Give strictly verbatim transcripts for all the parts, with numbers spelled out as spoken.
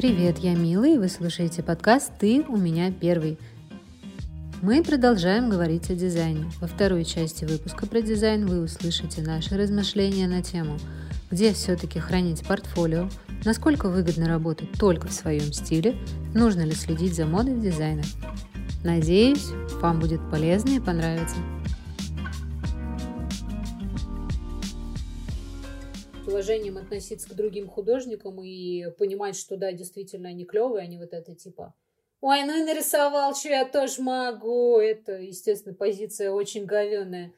Привет, я Мила, и вы слушаете подкаст «Ты у меня первый». Мы продолжаем говорить о дизайне. Во второй части выпуска про дизайн вы услышите наши размышления на тему, где все-таки хранить портфолио, насколько выгодно работать только в своем стиле, нужно ли следить за модой в дизайне. Надеюсь, вам будет полезно и понравится. С уважением относиться к другим художникам и понимать, что да, действительно они клевые, они вот это типа «Ой, ну и нарисовал, что я тоже могу». Это, естественно, позиция очень говёная.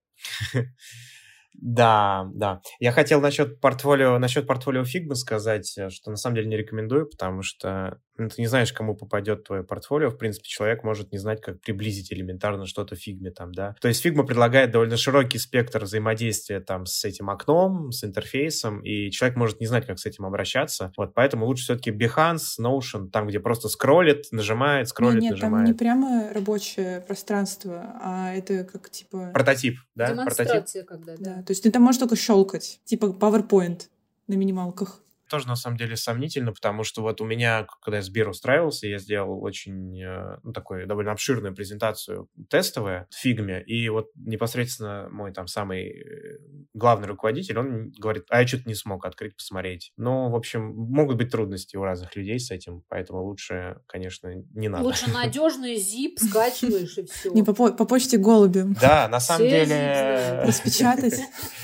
Да, да. Я хотел насчет портфолио, насчет портфолио Figma сказать, что на самом деле не рекомендую, потому что ну, ты не знаешь, кому попадет твое портфолио. В принципе, человек может не знать, как приблизить элементарно что-то в Figma там, да. То есть Figma предлагает довольно широкий спектр взаимодействия там с этим окном, с интерфейсом, и человек может не знать, как с этим обращаться. Вот, поэтому лучше все-таки Behance, Notion, там, где просто скроллит, нажимает, скроллит, нет, нажимает. Там не прямо рабочее пространство, а это как типа... Прототип, да? Демонстрация Прототип. когда, да. Да, то есть ты там можешь только щелкать, типа PowerPoint на минималках. Тоже, на самом деле, сомнительно, потому что вот у меня, когда я с Сбер устраивался, я сделал очень, ну, такую довольно обширную презентацию тестовая в Фигме, и вот непосредственно мой там самый главный руководитель, он говорит, а я что-то не смог открыть, посмотреть. Ну, в общем, могут быть трудности у разных людей с этим, поэтому лучше, конечно, не надо. Лучше надежный zip скачиваешь и все. Не, по, по почте голубем. Да, на самом деле... Распечатать.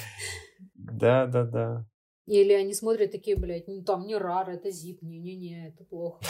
Да, да, да. Или они смотрят такие, блядь, ну там не рар, это zip, не-не-не, это плохо.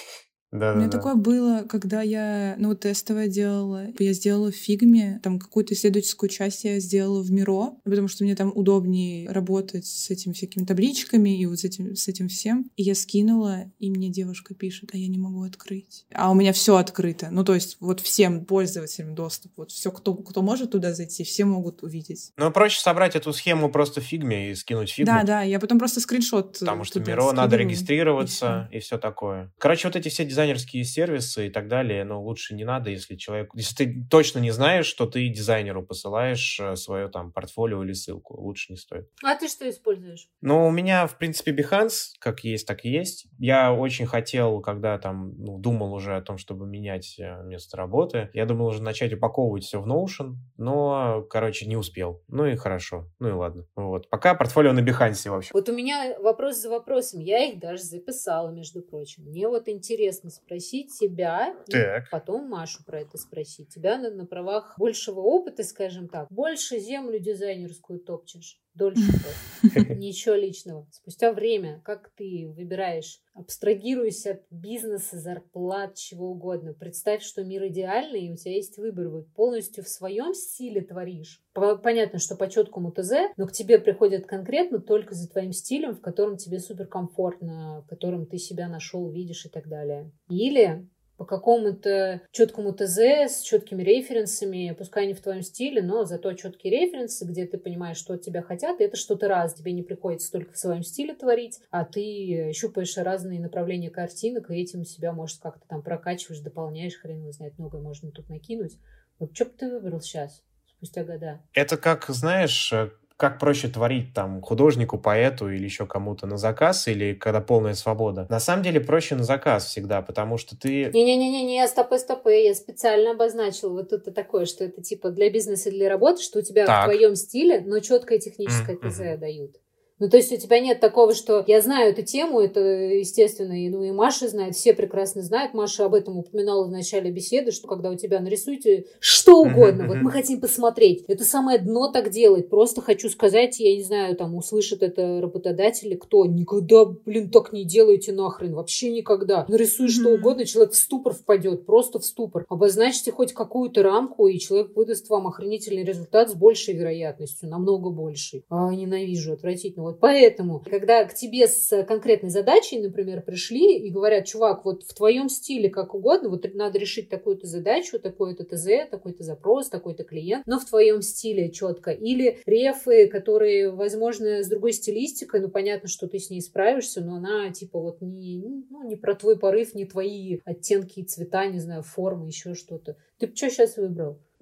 Да, У меня да, такое да. было, когда я, ну, тестовое делала. Я сделала в Фигме, там какую-то исследовательскую часть я сделала в Миро, потому что мне там удобнее работать с этими всякими табличками и вот с этим, с этим всем. И я скинула, и мне девушка пишет, а я не могу открыть. А у меня все открыто. Ну, то есть вот всем пользователям доступ. Вот все, кто, кто может туда зайти, все могут увидеть. Ну, проще собрать эту схему просто в Фигме и скинуть в Фигму. Да, да, я потом просто скриншот Потому что туда Миро надо скидываю, регистрироваться и и все такое. Короче, вот эти все дизайнерские сервисы и так далее, но лучше не надо, если человек... Если ты точно не знаешь, что ты дизайнеру посылаешь свое там портфолио или ссылку, лучше не стоит. А ты что используешь? Ну, у меня, в принципе, Behance, как есть, так и есть. Я очень хотел, когда там, ну, думал уже о том, чтобы менять место работы, я думал уже начать упаковывать все в Notion, но, короче, не успел. Ну и хорошо, ну и ладно. Вот. Пока портфолио на Behance, в общем. Вот у меня вопрос за вопросом. Я их даже записала, между прочим. Мне вот интересно спросить тебя, Так. и потом Машу про это спросить. Тебя на, на правах большего опыта, скажем так, больше землю дизайнерскую топчешь. Дольше просто. Ничего личного. Спустя время, как ты выбираешь, абстрагируясь от бизнеса, зарплат, чего угодно. Представь, что мир идеальный, и у тебя есть выбор. Вот полностью в своем стиле творишь. Понятно, что по четкому ТЗ, но к тебе приходят конкретно только за твоим стилем, в котором тебе суперкомфортно, в котором ты себя нашел, видишь и так далее. Или по какому-то четкому ТЗ с четкими референсами, пускай не в твоем стиле, но зато четкие референсы, где ты понимаешь, что от тебя хотят, и это что-то раз. Тебе не приходится только в своем стиле творить, а ты щупаешь разные направления картинок, и этим себя, может, как-то там прокачиваешь, дополняешь, хрен его знает, многое можно тут накинуть. Вот что бы ты выбрал сейчас, спустя года? Это как, знаешь... Как проще творить там художнику, поэту или еще кому-то на заказ, или когда полная свобода? На самом деле проще на заказ всегда, потому что ты... Не-не-не-не, стопы, стопы, я специально обозначила вот тут такое, что это типа для бизнеса, для работы, что у тебя так. в твоем стиле, но четкое техническое ТЗ mm-hmm. дают. Ну, то есть у тебя нет такого, что я знаю эту тему, это, естественно, и, ну, и Маша знает, все прекрасно знают. Маша об этом упоминала в начале беседы, что когда у тебя нарисуйте что угодно, mm-hmm. вот мы хотим посмотреть. Это самое дно так делать. Просто хочу сказать, я не знаю, там, услышат это работодатели, кто. Никогда, блин, так не делайте нахрен, вообще никогда. Нарисуй mm-hmm. что угодно, человек в ступор впадет, просто в ступор. Обозначьте хоть какую-то рамку, и человек выдаст вам охренительный результат с большей вероятностью, намного большей. А, ненавижу, отвратительно. Вот поэтому, когда к тебе с конкретной задачей, например, пришли и говорят, чувак, вот в твоем стиле как угодно, вот надо решить такую-то задачу, такой-то ТЗ, такой-то запрос, такой-то клиент, но в твоем стиле четко. Или рефы, которые, возможно, с другой стилистикой, ну, понятно, что ты с ней справишься, но она, типа, вот не, ну, не про твой порыв, не твои оттенки и цвета, не знаю, формы, еще что-то. Ты бы что сейчас выбрал?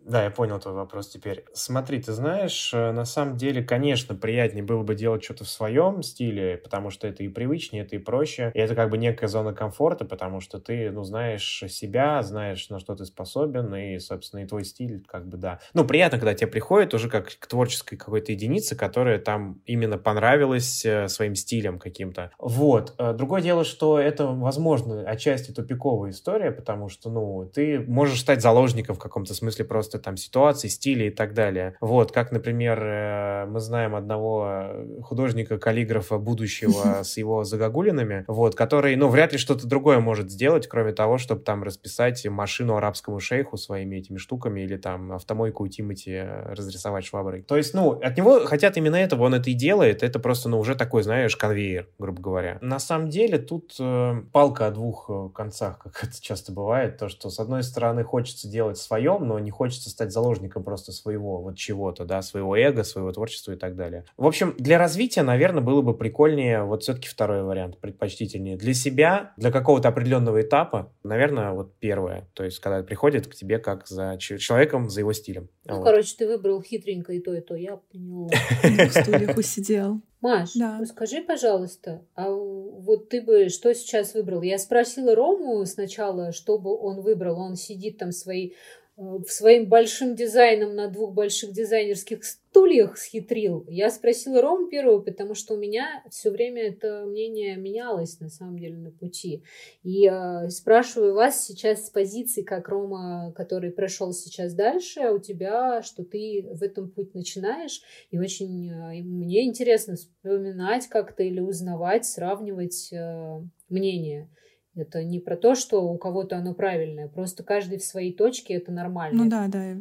Да, я понял твой вопрос теперь. Смотри, ты знаешь, на самом деле, конечно, приятнее было бы делать что-то в своем стиле, потому что это и привычнее, это и проще. И это как бы некая зона комфорта, потому что ты, ну, знаешь себя, знаешь, на что ты способен, и, собственно, и твой стиль, как бы, да. Ну, приятно, когда тебе приходит уже как к творческой какой-то единице, которая там именно понравилась своим стилем каким-то. Вот. Другое дело, что это, возможно, отчасти тупиковая история, потому что, ну, ты можешь стать заложником в каком-то смысле просто там ситуации, стиля и так далее. Вот, как, например, мы знаем одного художника-каллиграфа будущего с его загогулинами, вот, который, ну, вряд ли что-то другое может сделать, кроме того, чтобы там расписать машину арабскому шейху своими этими штуками или там автомойку у Тимати разрисовать шваброй. То есть, ну, от него хотят именно этого, он это и делает, это просто, ну, уже такой, знаешь, конвейер, грубо говоря. На самом деле тут э, палка о двух концах, как это часто бывает, то, что с одной стороны хочется делать в своем, но не хочется стать заложником просто своего вот чего-то, да, своего эго, своего творчества и так далее. В общем, для развития, наверное, было бы прикольнее вот все-таки второй вариант, предпочтительнее. Для себя, для какого-то определенного этапа, наверное, вот первое. То есть, когда приходит к тебе как за человеком, за его стилем. Ну, вот. Короче, ты выбрал хитренько и то, и то, я поняла. В студиях усидел. Маш, да. скажи, пожалуйста, а вот ты бы что сейчас выбрал? Я спросила Рому сначала, что бы он выбрал. Он сидит там своей... своим большим дизайном на двух больших дизайнерских стульях схитрил. Я спросила Рому первого, потому что у меня все время это мнение менялось, на самом деле, на пути. И э, спрашиваю вас сейчас с позиции, как Рома, который прошел сейчас дальше, а у тебя, что ты в этом путь начинаешь, и очень э, мне интересно вспоминать как-то или узнавать, сравнивать э, мнения. Это не про то, что у кого-то оно правильное, просто каждый в своей точке, это нормально. Ну да, да.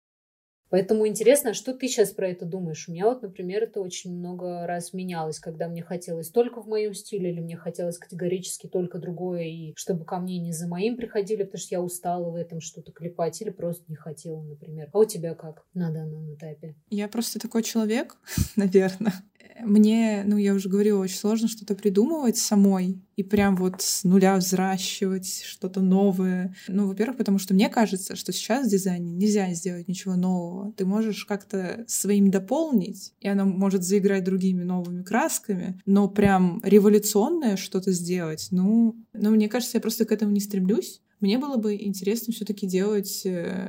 Поэтому интересно, что ты сейчас про это думаешь? У меня вот, например, это очень много раз менялось, когда мне хотелось только в моем стиле, или мне хотелось категорически только другое, и чтобы ко мне не за моим приходили, потому что я устала в этом что-то клепать, или просто не хотела, например. А у тебя как на данном этапе? Я просто такой человек, наверное. Мне, ну, я уже говорила, очень сложно что-то придумывать самой и прям вот с нуля взращивать что-то новое. Ну, во-первых, потому что мне кажется, что сейчас в дизайне нельзя сделать ничего нового. Ты можешь как-то своим дополнить, и оно может заиграть другими новыми красками, но прям революционное что-то сделать, ну, ну мне кажется, я просто к этому не стремлюсь. Мне было бы интересно все-таки делать...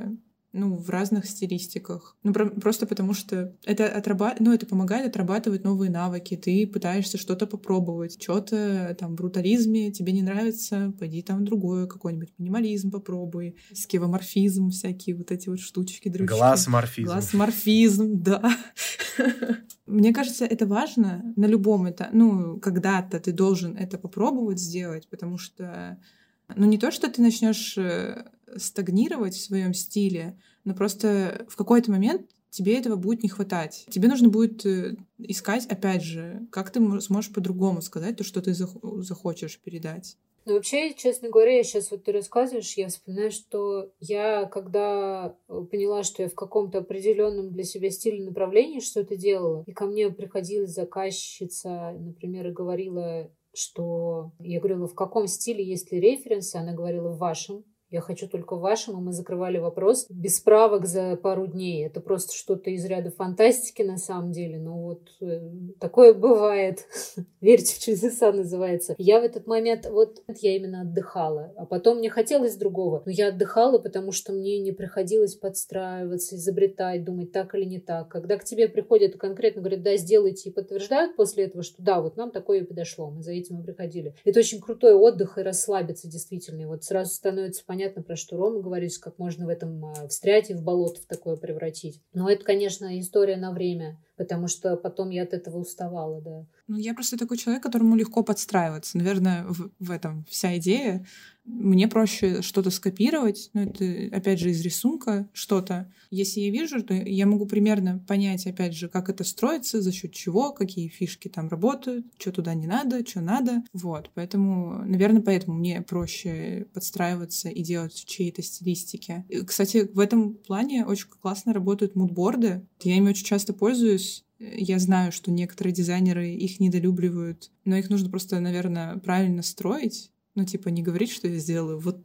ну, в разных стилистиках. Ну, про- просто потому что это, отраба- ну, это помогает отрабатывать новые навыки. Ты пытаешься что-то попробовать. Что-то там в брутализме тебе не нравится, пойди там другое, какой-нибудь минимализм попробуй. Скевоморфизм, всякие вот эти вот штучки, дрючки. Глаз-морфизм. Глаз-морфизм, да. Мне кажется, это важно на любом этапе. Ну, когда-то ты должен это попробовать сделать, потому что ну, не то, что ты начнешь стагнировать в своем стиле, но просто в какой-то момент тебе этого будет не хватать. Тебе нужно будет искать, опять же, как ты сможешь по-другому сказать то, что ты захочешь передать. Ну, вообще, честно говоря, я сейчас вот ты рассказываешь, я вспоминаю, что я, когда поняла, что я в каком-то определенном для себя стиле направлении что-то делала, и ко мне приходила заказчица, например, и говорила, что... Я говорила, в каком стиле есть ли референсы? Она говорила, в вашем. Я хочу только в вашем, и мы закрывали вопрос без справок за пару дней. Это просто что-то из ряда фантастики на самом деле. Но вот э, такое бывает. Верьте в чудеса называется. Я в этот момент, вот я именно отдыхала. А потом мне хотелось другого. Но я отдыхала, потому что мне не приходилось подстраиваться, изобретать, думать так или не так. Когда к тебе приходят и конкретно говорят, да, сделайте, и подтверждают после этого, что да, вот нам такое и подошло. Мы за этим и приходили. Это очень крутой отдых и расслабиться действительно. И вот сразу становится понятно, Понятно, про что Рома говорит, как можно в этом встрять и в болото в такое превратить. Но это, конечно, история на время, потому что потом я от этого уставала, да. Ну, я просто такой человек, которому легко подстраиваться. Наверное, в, в этом вся идея. Мне проще что-то скопировать, ну, это, опять же, из рисунка что-то. Если я вижу, то я могу примерно понять, опять же, как это строится, за счет чего, какие фишки там работают, что туда не надо, что надо. Вот, поэтому, наверное, поэтому мне проще подстраиваться и делать чьи-то стилистики. И, кстати, в этом плане очень классно работают мудборды. Я ими очень часто пользуюсь. Я знаю, что некоторые дизайнеры их недолюбливают, но их нужно просто, наверное, правильно строить. Ну, типа, не говорить, что я сделаю вот так,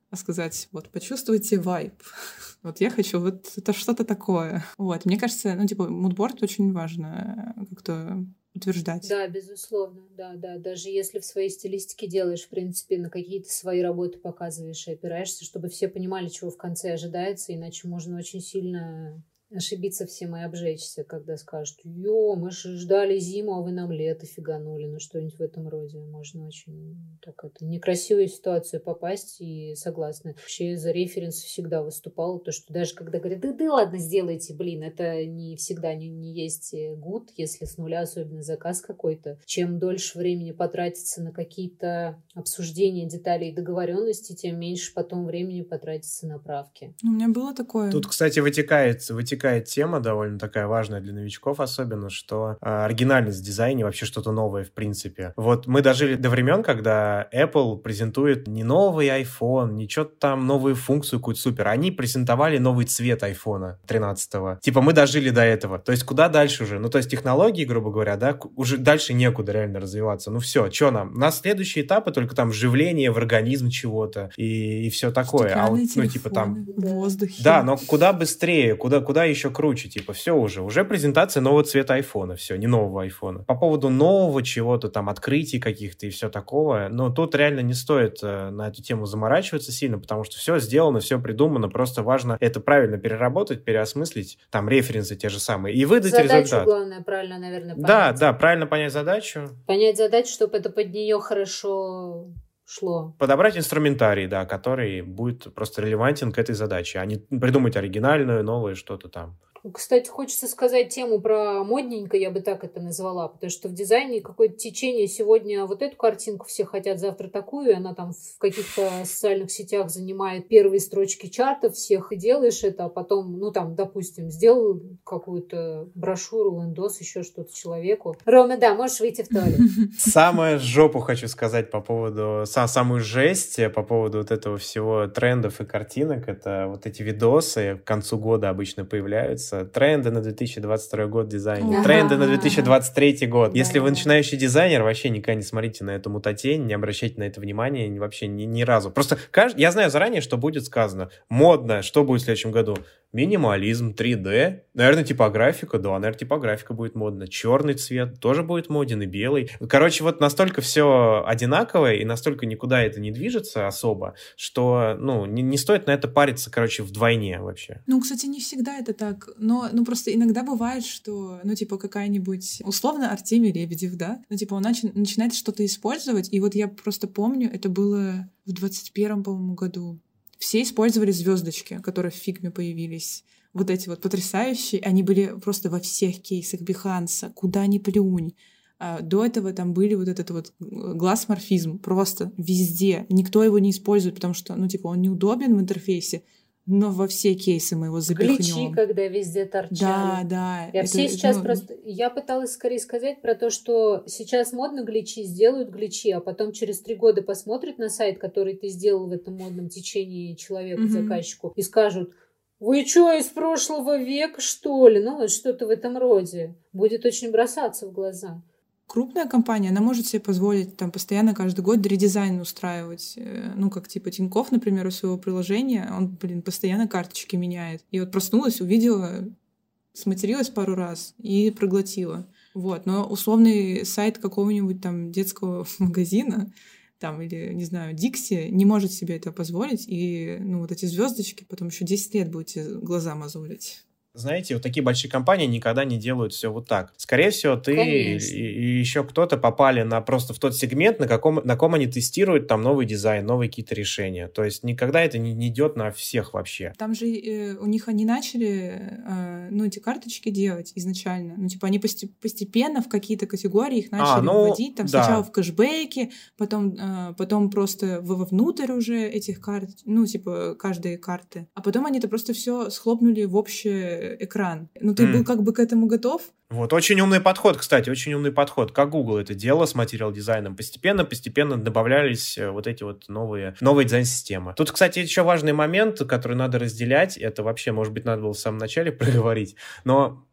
а сказать, вот, почувствуйте вайб. Вот я хочу вот это что-то такое. Вот, мне кажется, ну, типа, мудборд очень важно как-то утверждать. Да, безусловно, да, да. Даже если в своей стилистике делаешь, в принципе, на какие-то свои работы показываешь и опираешься, чтобы все понимали, чего в конце ожидается, иначе можно очень сильно ошибиться всем и обжечься, когда скажут: «Ё, мы же ждали зиму, а вы нам лето фиганули». Ну, что-нибудь в этом роде. Можно очень так это некрасивую ситуацию попасть, и согласна. Вообще за референс всегда выступала, то, что даже когда говорят: да, да ладно, сделайте, блин, это не всегда не, не есть good, если с нуля, особенно заказ какой-то. Чем дольше времени потратится на какие-то обсуждения деталей и договоренности, тем меньше потом времени потратится на правки. У меня было такое. Тут, кстати, вытекает, вытекает тема довольно такая важная для новичков особенно, что э, оригинальность в дизайне, вообще что-то новое в принципе. Вот мы дожили до времен, когда Apple презентует не новый iPhone, не что-то там, новую функцию какую-то супер. Они презентовали новый цвет iPhone тринадцатого. Типа мы дожили до этого. То есть куда дальше уже? Ну, то есть технологии, грубо говоря, да, уже дальше некуда реально развиваться. Ну все, что нам? У нас следующие этапы только там вживление в организм чего-то и, и все такое. А вот, ну, типа там... в воздухе. Да, но куда быстрее, куда, куда еще круче, типа, все уже. Уже презентация нового цвета айфона, все, не нового айфона. По поводу нового чего-то, там, открытий каких-то и все такого, но тут реально не стоит э, на эту тему заморачиваться сильно, потому что все сделано, все придумано, просто важно это правильно переработать, переосмыслить, там, референсы те же самые, и выдать задачу результат. Задачу главное правильно, наверное, понять. Да, да, правильно понять задачу. Понять задачу, чтобы это под нее хорошо... шло. Подобрать инструментарий, да, который будет просто релевантен к этой задаче, а не придумать оригинальную, новое что-то там. Кстати, хочется сказать тему про модненько, я бы так это назвала, потому что в дизайне какое-то течение. Сегодня вот эту картинку все хотят, завтра такую, и она там в каких-то социальных сетях занимает первые строчки чартов всех, и делаешь это, а потом, ну там, допустим, сделал какую-то брошюру, лендос, еще что-то человеку. Рома, да, можешь выйти в туалет. Самую жопу хочу сказать по поводу, самую жесть по поводу вот этого всего трендов и картинок, это вот эти видосы к концу года обычно появляются. Тренды на две тысячи двадцать второй год дизайна, тренды на две тысячи двадцать третий год. Если вы начинающий дизайнер, вообще никогда не смотрите на эту мутатень, не обращайте на это внимания вообще ни, ни разу. Просто кажд... я знаю заранее, что будет сказано. Модно, что будет в следующем году? Минимализм, три дэ, наверное, типографика, да, наверное, типографика будет модна. Черный цвет тоже будет моден, и белый. Короче, вот настолько все одинаковое, и настолько никуда это не движется особо, что, ну, не, не стоит на это париться, короче, вдвойне вообще. Ну, кстати, не всегда это так, но, ну, просто иногда бывает, что, ну, типа, какая-нибудь, условно, Артемий Лебедев, да, ну, типа, он начи- начинает что-то использовать, и вот я просто помню, это было в двадцать первом, по-моему, году. Все использовали звездочки, которые в фигме появились. Вот эти вот потрясающие. Они были просто во всех кейсах Behance, куда ни плюнь. А до этого там были вот этот вот глаз-морфизм просто везде. Никто его не использует, потому что, ну, типа, он неудобен в интерфейсе, но во все кейсы мы его запихнем. Гличи, когда везде торчали. Да, да. Я это, все сейчас ну... просто... Я пыталась скорее сказать про то, что сейчас модно гличи, сделают гличи, а потом через три года посмотрят на сайт, который ты сделал в этом модном течении человеку, mm-hmm. заказчику, и скажут: вы что, из прошлого века, что ли? Ну, вот что-то в этом роде. Будет очень бросаться в глаза. Крупная компания, она может себе позволить там постоянно каждый год редизайн устраивать. Ну, как типа Тинькофф, например, у своего приложения, он, блин, постоянно карточки меняет. И вот проснулась, увидела, сматерилась пару раз и проглотила. Вот. Но условный сайт какого-нибудь там детского магазина, там, или, не знаю, Dixie, не может себе это позволить. И, ну, вот эти звездочки потом еще десять лет будете глаза мозолить. Знаете, вот такие большие компании никогда не делают все вот так. Скорее всего, ты и, и еще кто-то попали на просто в тот сегмент, на каком, на ком они тестируют там новый дизайн, новые какие-то решения. То есть никогда это не, не идет на всех вообще. Там же э, у них они начали, э, ну, эти карточки делать изначально. Ну, типа они пости- постепенно в какие-то категории их начали а, ну, вводить. Там да. Сначала в кэшбэки, потом, э, потом просто вовнутрь уже этих карт, ну, типа каждой карты. А потом они это просто все схлопнули в общее экран. Ну, ты mm. был как бы к этому готов? Вот, очень умный подход, кстати, очень умный подход. Как Google это делал с материал-дизайном. Постепенно, постепенно добавлялись вот эти вот новые, новые дизайн-системы. Тут, кстати, еще важный момент, который надо разделять. Это вообще, может быть, надо было в самом начале проговорить. Но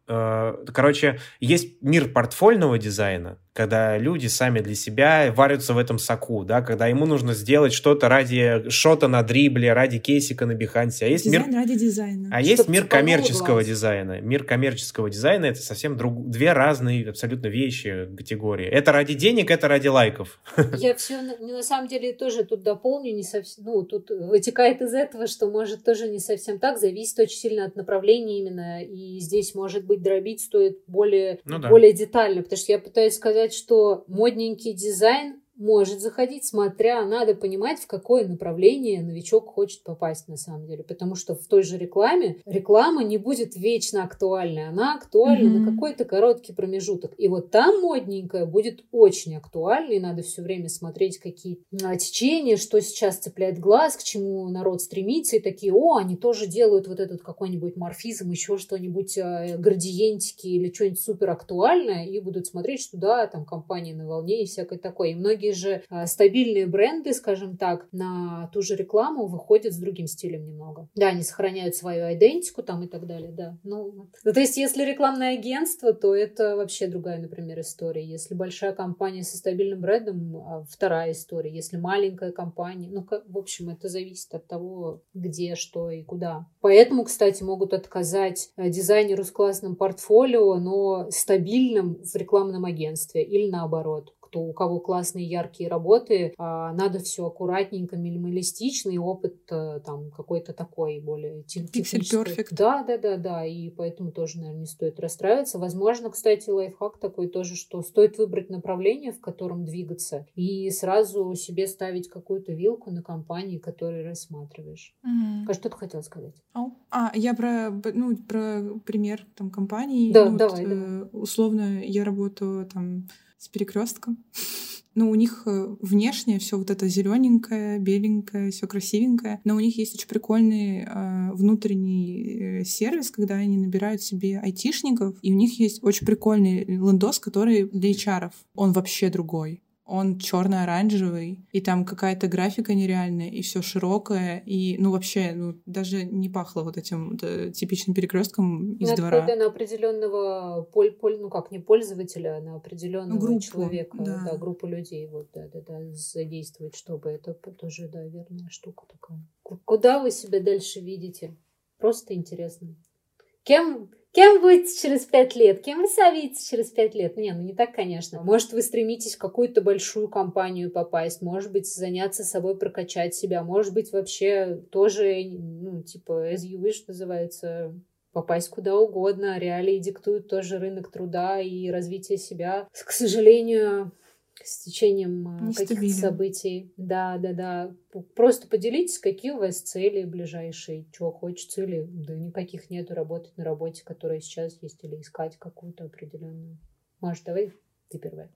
Короче, есть мир портфольного дизайна, когда люди сами для себя варятся в этом соку, да, когда ему нужно сделать что-то ради шота на дрибле, ради кейсика на Бихансе. А есть Дизайн мир... ради дизайна. А есть мир коммерческого дизайна. Мир коммерческого дизайна — это совсем друг... две разные абсолютно вещи, категории. Это ради денег, это ради лайков. Я все на самом деле тоже тут дополню, не совсем, ну, тут вытекает из этого, что может тоже не совсем так, зависит очень сильно от направления именно, и здесь, может быть, дробить стоит более, ну, да. более детально, потому что я пытаюсь сказать, что модненький дизайн может заходить, смотря, надо понимать, в какое направление новичок хочет попасть на самом деле, потому что в той же рекламе реклама не будет вечно актуальной, она актуальна mm-hmm. на какой-то короткий промежуток, и вот там модненькая будет очень актуальна, и надо все время смотреть какие течения, что сейчас цепляет глаз, к чему народ стремится, и такие, о, они тоже делают вот этот какой-нибудь морфизм, еще что-нибудь, градиентики или что-нибудь супер актуальное, и будут смотреть, что да, там компания на волне и всякое такое, и многие же а, стабильные бренды, скажем так, на ту же рекламу выходят с другим стилем немного. Да, они сохраняют свою идентику там и так далее, да. Ну, вот. Ну, то есть, если рекламное агентство, то это вообще другая, например, история. Если большая компания со стабильным брендом, вторая история. Если маленькая компания, ну, в общем, это зависит от того, где, что и куда. Поэтому, кстати, могут отказать дизайнеру с классным портфолио, но стабильным в рекламном агентстве или наоборот. Кто, у кого классные яркие работы, а, надо все аккуратненько, минималистично, и опыт а, там какой-то такой более технический. Pixel Perfect. Да, да, да, да, и поэтому тоже, наверное, не стоит расстраиваться. Возможно, кстати, лайфхак такой тоже, что стоит выбрать направление, в котором двигаться, и сразу себе ставить какую-то вилку на компании, которые рассматриваешь. Mm-hmm. А что ты хотела сказать? Oh. А, я про, ну, про пример там компании. Да, ну, давай, вот, давай. Э, условно, я работаю там с Перекрестком. Ну, у них внешне все вот это зелененькое, беленькое, все красивенькое. Но у них есть очень прикольный э, внутренний э, сервис, когда они набирают себе айтишников, и у них есть очень прикольный лендос, который для эйч ар-ов. Он вообще другой. Он черно-оранжевый, и там какая-то графика нереальная, и все широкое, и, ну, вообще, ну, даже не пахло вот этим да, типичным перекрестком из ну, двора. Это на определенного, поль, поль, ну, как, не пользователя, а на определенного группу, человека, да. Да, группу людей, вот, да, да, да, задействовать, чтобы это тоже, да, верная штука такая. Куда вы себя дальше видите? Просто интересно. Кем... Кем будете через пять лет? Кем вы себя видите через пять лет? Не, ну не так, конечно. Может, вы стремитесь в какую-то большую компанию попасть, может быть, заняться собой, прокачать себя, может быть, вообще тоже, ну, типа, as you wish называется, попасть куда угодно. Реалии диктуют тоже рынок труда и развитие себя. К сожалению, с течением каких-то событий. Да, да, да. Просто поделитесь, какие у вас цели ближайшие, чего хочется, или да никаких нету, работать на работе, которая сейчас есть, или искать какую-то определенную. Маш, давай ты первая.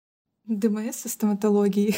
ДМС со стоматологией.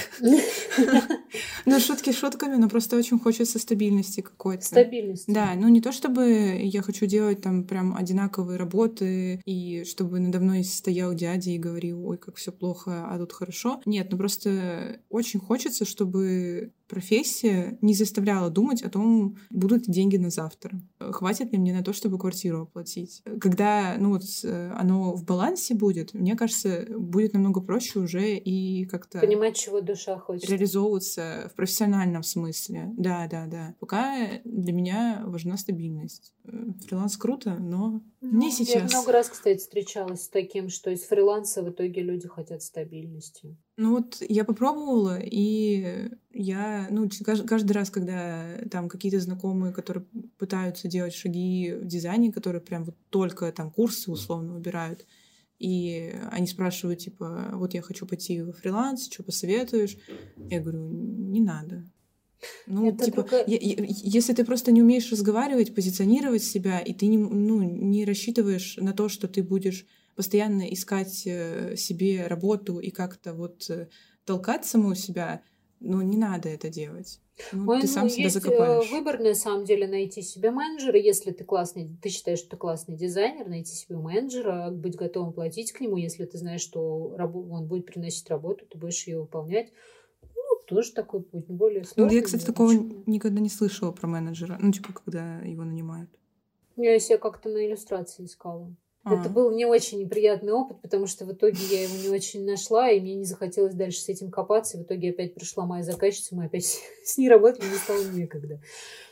Ну, шутки шутками, но просто очень хочется стабильности какой-то. Стабильности. Да, ну не то чтобы я хочу делать там прям одинаковые работы, и чтобы надо мной стоял дядя и говорил, ой, как все плохо, а тут хорошо. Нет, ну просто очень хочется, чтобы профессия не заставляла думать о том, будут ли деньги на завтра. Хватит ли мне на то, чтобы квартиру оплатить. Когда, ну вот, оно в балансе будет, мне кажется, будет намного проще уже и как-то... Понимать, чего душа хочет. Реализовываться в профессиональном смысле. Да, да, да. Пока для меня важна стабильность. Фриланс круто, но ну, не сейчас. Я много раз, кстати, встречалась с таким, что из фриланса в итоге люди хотят стабильности. Ну вот я попробовала, и я, ну, каждый раз, когда там какие-то знакомые, которые пытаются делать шаги в дизайне, которые прям вот только там курсы условно выбирают, и они спрашивают, типа, вот я хочу пойти во фриланс, что посоветуешь? Я говорю, не надо. Ну, это типа, только... я, я, если ты просто не умеешь разговаривать, позиционировать себя, и ты не, ну, не рассчитываешь на то, что ты будешь постоянно искать себе работу и как-то вот толкать саму себя, ну, не надо это делать. Ну, Ой, ты ну, сам себя есть закопаешь. Выбор, на самом деле, найти себе менеджера, если ты классный, ты считаешь, что ты классный дизайнер, найти себе менеджера, быть готовым платить к нему, если ты знаешь, что он будет приносить работу, ты будешь ее выполнять. Ну, тоже такой путь, более сложный. Ну, я, кстати, такого ничего. никогда не слышала про менеджера, ну, типа, когда его нанимают. Я себе как-то на иллюстрации искала. А. Это был не очень неприятный опыт, потому что в итоге я его не очень нашла, и мне не захотелось дальше с этим копаться. В итоге опять пришла моя заказчица, мы опять с ней работали, мне стало некогда.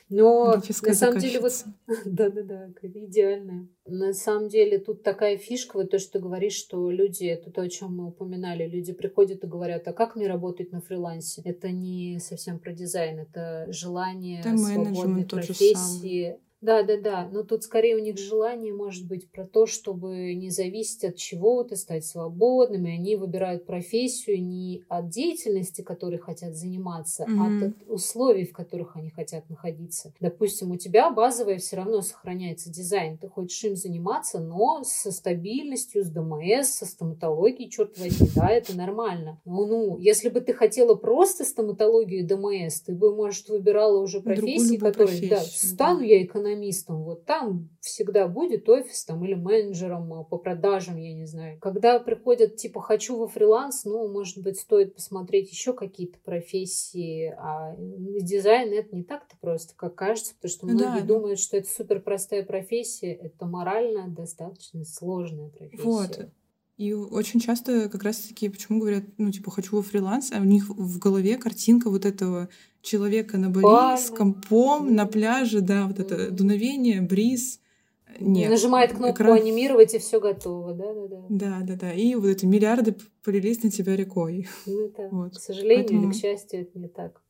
Но на самом деле вот... Да-да-да, идеальная. На самом деле тут такая фишка, вот то, что ты говоришь, что люди, это то, о чем мы упоминали, люди приходят и говорят, а как мне работать на фрилансе? Это не совсем про дизайн, это желание свободной профессии. Да-да-да, но тут скорее у них желание может быть про то, чтобы не зависеть от чего-то, стать свободным, и они выбирают профессию не от деятельности, которой хотят заниматься, mm-hmm. а от условий, в которых они хотят находиться. Допустим, у тебя базовое все равно сохраняется дизайн, ты хочешь им заниматься, но со стабильностью, с ДМС, со стоматологией, черт возьми, да, это нормально. Ну, ну, если бы ты хотела просто стоматологию и ДМС, ты бы, может, выбирала уже профессии, которые, да, стану да. я экономистом, экономистом, вот там всегда будет офис там, или менеджером по продажам, я не знаю. Когда приходят, типа, хочу во фриланс, ну, может быть, стоит посмотреть еще какие-то профессии, а дизайн это не так-то просто, как кажется, потому что многие да, думают, да. что это супер простая профессия, это морально достаточно сложная профессия. Вот. И очень часто как раз-таки, почему говорят, ну, типа, хочу во фриланс, а у них в голове картинка вот этого человека на Бали Бально. С компом на пляже, да, вот это дуновение, бриз. Нет. Нажимает кнопку экран... анимировать, и все готово, да-да-да. Да-да-да. И вот эти миллиарды полились на тебя рекой. Ну, это, вот. К сожалению Поэтому... или к счастью, это не так.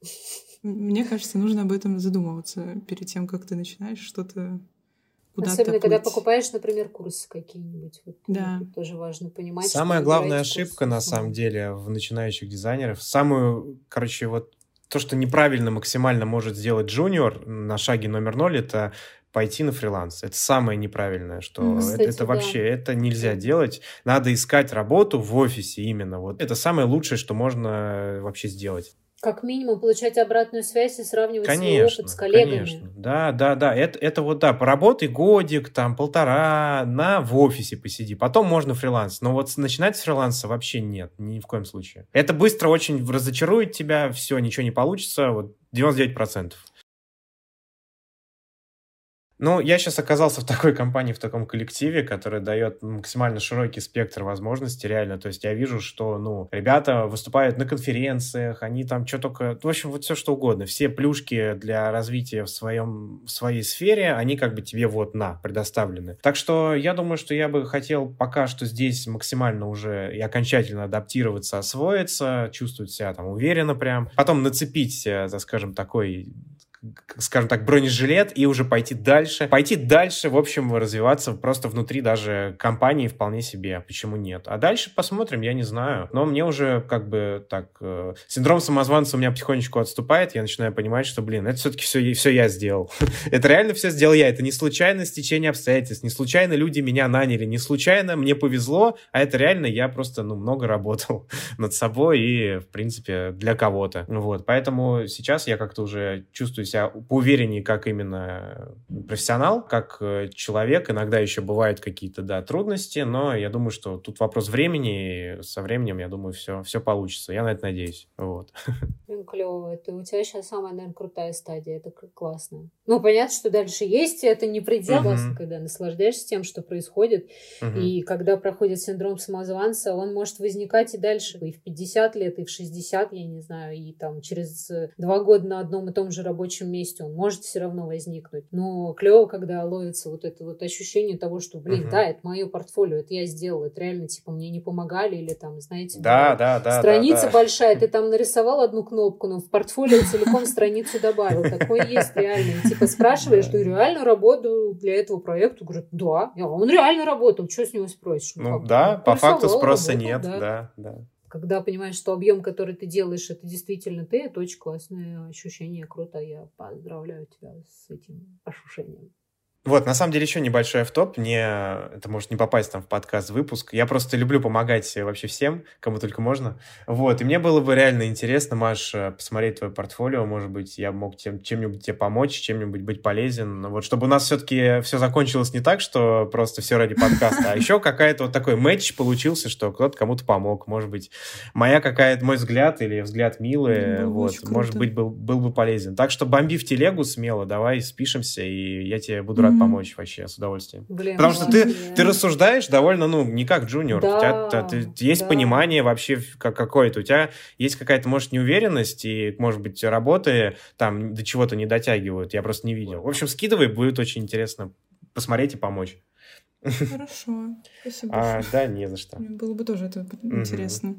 Мне кажется, нужно об этом задумываться перед тем, как ты начинаешь что-то куда-то Особенно, плыть. Когда покупаешь, например, курсы какие-нибудь. Вот, да. Тут тоже важно понимать. Самая главная ошибка, на самом деле, в начинающих дизайнеров, самую, короче, вот то, что неправильно максимально может сделать джуниор на шаге номер ноль, это пойти на фриланс. Это самое неправильное, что Кстати, это, это вообще, да. это нельзя делать. Надо искать работу в офисе именно. Вот. Это самое лучшее, что можно вообще сделать. Как минимум получать обратную связь и сравнивать конечно, свой опыт с коллегами. Конечно, да, да, да. Это, это вот, да, поработай годик, там, полтора, на, в офисе посиди. Потом можно фриланс. Но вот начинать с фриланса вообще нет, ни в коем случае. Это быстро очень разочарует тебя, все, ничего не получится, вот девяносто девять процентов. Ну, я сейчас оказался в такой компании, в таком коллективе, который дает максимально широкий спектр возможностей, реально. То есть я вижу, что, ну, ребята выступают на конференциях, они там что только... В общем, вот все что угодно. Все плюшки для развития в, своем, в своей сфере, они как бы тебе вот на, предоставлены. Так что я думаю, что я бы хотел пока что здесь максимально уже и окончательно адаптироваться, освоиться, чувствовать себя там уверенно прям. Потом нацепить, так скажем, такой... скажем так, бронежилет и уже пойти дальше. Пойти дальше, в общем, развиваться просто внутри даже компании вполне себе. Почему нет? А дальше посмотрим, я не знаю. Но мне уже как бы так... Э, синдром самозванца у меня потихонечку отступает. Я начинаю понимать, что, блин, это все-таки все, все я сделал. Это реально все сделал я. Это не случайно стечение обстоятельств. Не случайно люди меня наняли. Не случайно мне повезло. А это реально я просто, ну, много работал над собой и, в принципе, для кого-то. Вот. Поэтому сейчас я как-то уже чувствую себя поувереннее как именно профессионал, как человек. Иногда еще бывают какие-то, да, трудности, но я думаю, что тут вопрос времени, и со временем, я думаю, все, все получится. Я на это надеюсь. Вот. Блин, клево. Это у тебя сейчас самая, наверное, крутая стадия. Это классно. Ну, понятно, что дальше есть, и это не предел. Классно, uh-huh. когда наслаждаешься тем, что происходит. Uh-huh. И когда проходит синдром самозванца, он может возникать и дальше. И в пятьдесят лет, и в шестьдесят, я не знаю, и там через два года на одном и том же рабочем месте он может все равно возникнуть. Но клево, когда ловится вот это вот ощущение того, что, блин, uh-huh. да, это мое портфолио, это я сделал, это реально, типа, мне не помогали, или там, знаете, да, да, да, страница да, да. большая, ты там нарисовал одну кнопку, но в портфолио целиком страницу добавил. Такое есть реально. И, типа, спрашиваешь, ты реально работал для этого проекта? Говорят, да. Он реально работал, что с него спросишь? Ну, да, по факту спроса нет, да, да. Когда понимаешь, что объем, который ты делаешь, это действительно ты, это очень классное ощущение, круто. Я поздравляю тебя с этим ощущением. Вот, на самом деле, еще небольшой автоп. Мне это может не попасть там в подкаст-выпуск. Я просто люблю помогать вообще всем, кому только можно. Вот, и мне было бы реально интересно, Маш, посмотреть твое портфолио. Может быть, я мог тем, чем-нибудь тебе помочь, чем-нибудь быть полезен. Вот, чтобы у нас все-таки все закончилось не так, что просто все ради подкаста, а еще какая-то вот такой мэтч получился, что кто-то кому-то помог. Может быть, моя какая-то, мой взгляд или взгляд Милы, вот, может быть, был, был бы полезен. Так что бомби в телегу смело, давай спишемся, и я тебе буду рад mm-hmm. помочь вообще с удовольствием. Блин, Потому что ты, ты рассуждаешь довольно, ну, не как джуниор. Да, у тебя ты, есть да. понимание вообще как, какое-то. У тебя есть какая-то, может, неуверенность, и, может быть, работы там до чего-то не дотягивают. Я просто не видел. В общем, скидывай, будет очень интересно посмотреть и помочь. Хорошо. Спасибо а, большое. Да, не за что. Мне было бы тоже это интересно.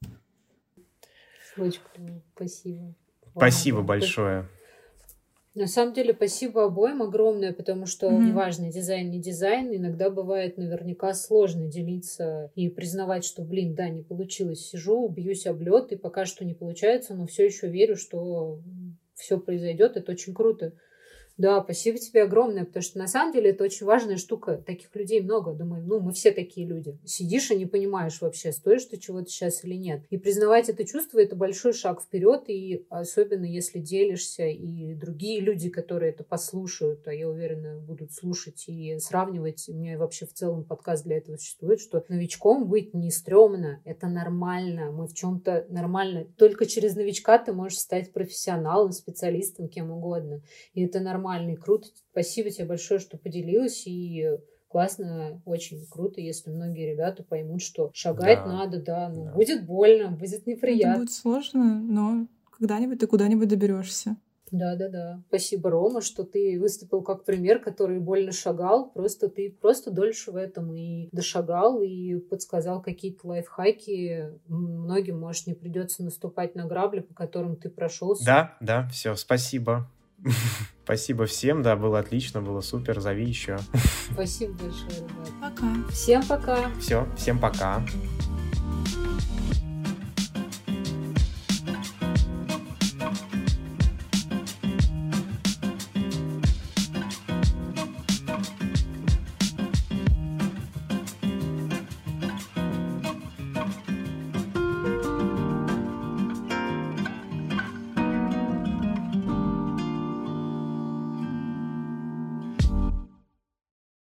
Очень круто. Спасибо. Спасибо Ладно. большое. На самом деле, спасибо обоим огромное, потому что Mm-hmm. неважно, дизайн, не дизайн, иногда бывает наверняка сложно делиться и признавать, что, блин, да, не получилось, сижу, бьюсь об лед, и пока что не получается, но все еще верю, что все произойдет, это очень круто. Да, спасибо тебе огромное, потому что на самом деле это очень важная штука. Таких людей много. Думаю, ну, мы все такие люди. Сидишь и не понимаешь вообще, стоишь ты чего-то сейчас или нет. И признавать это чувство — это большой шаг вперед, и особенно если делишься, и другие люди, которые это послушают, а я уверена, будут слушать и сравнивать. У меня вообще в целом подкаст для этого существует, что новичком быть не стрёмно, это нормально. Мы в чем-то нормально. Только через новичка ты можешь стать профессионалом, специалистом, кем угодно. И это нормально. Нормальный, круто. Спасибо тебе большое, что поделилась. И классно, очень круто, если многие ребята поймут, что шагать да. надо, да, ну, да. будет больно, будет неприятно. Это будет сложно, но когда-нибудь ты куда-нибудь доберешься. Да-да-да. Спасибо, Рома, что ты выступил как пример, который больно шагал. Просто ты просто дольше в этом и дошагал, и подсказал какие-то лайфхаки. Многим, может, не придется наступать на грабли, по которым ты прошелся. Да, да, все, спасибо. Спасибо всем, да, было отлично, было супер, зови еще. Спасибо большое, ребят. Пока. Всем пока. Все, всем пока.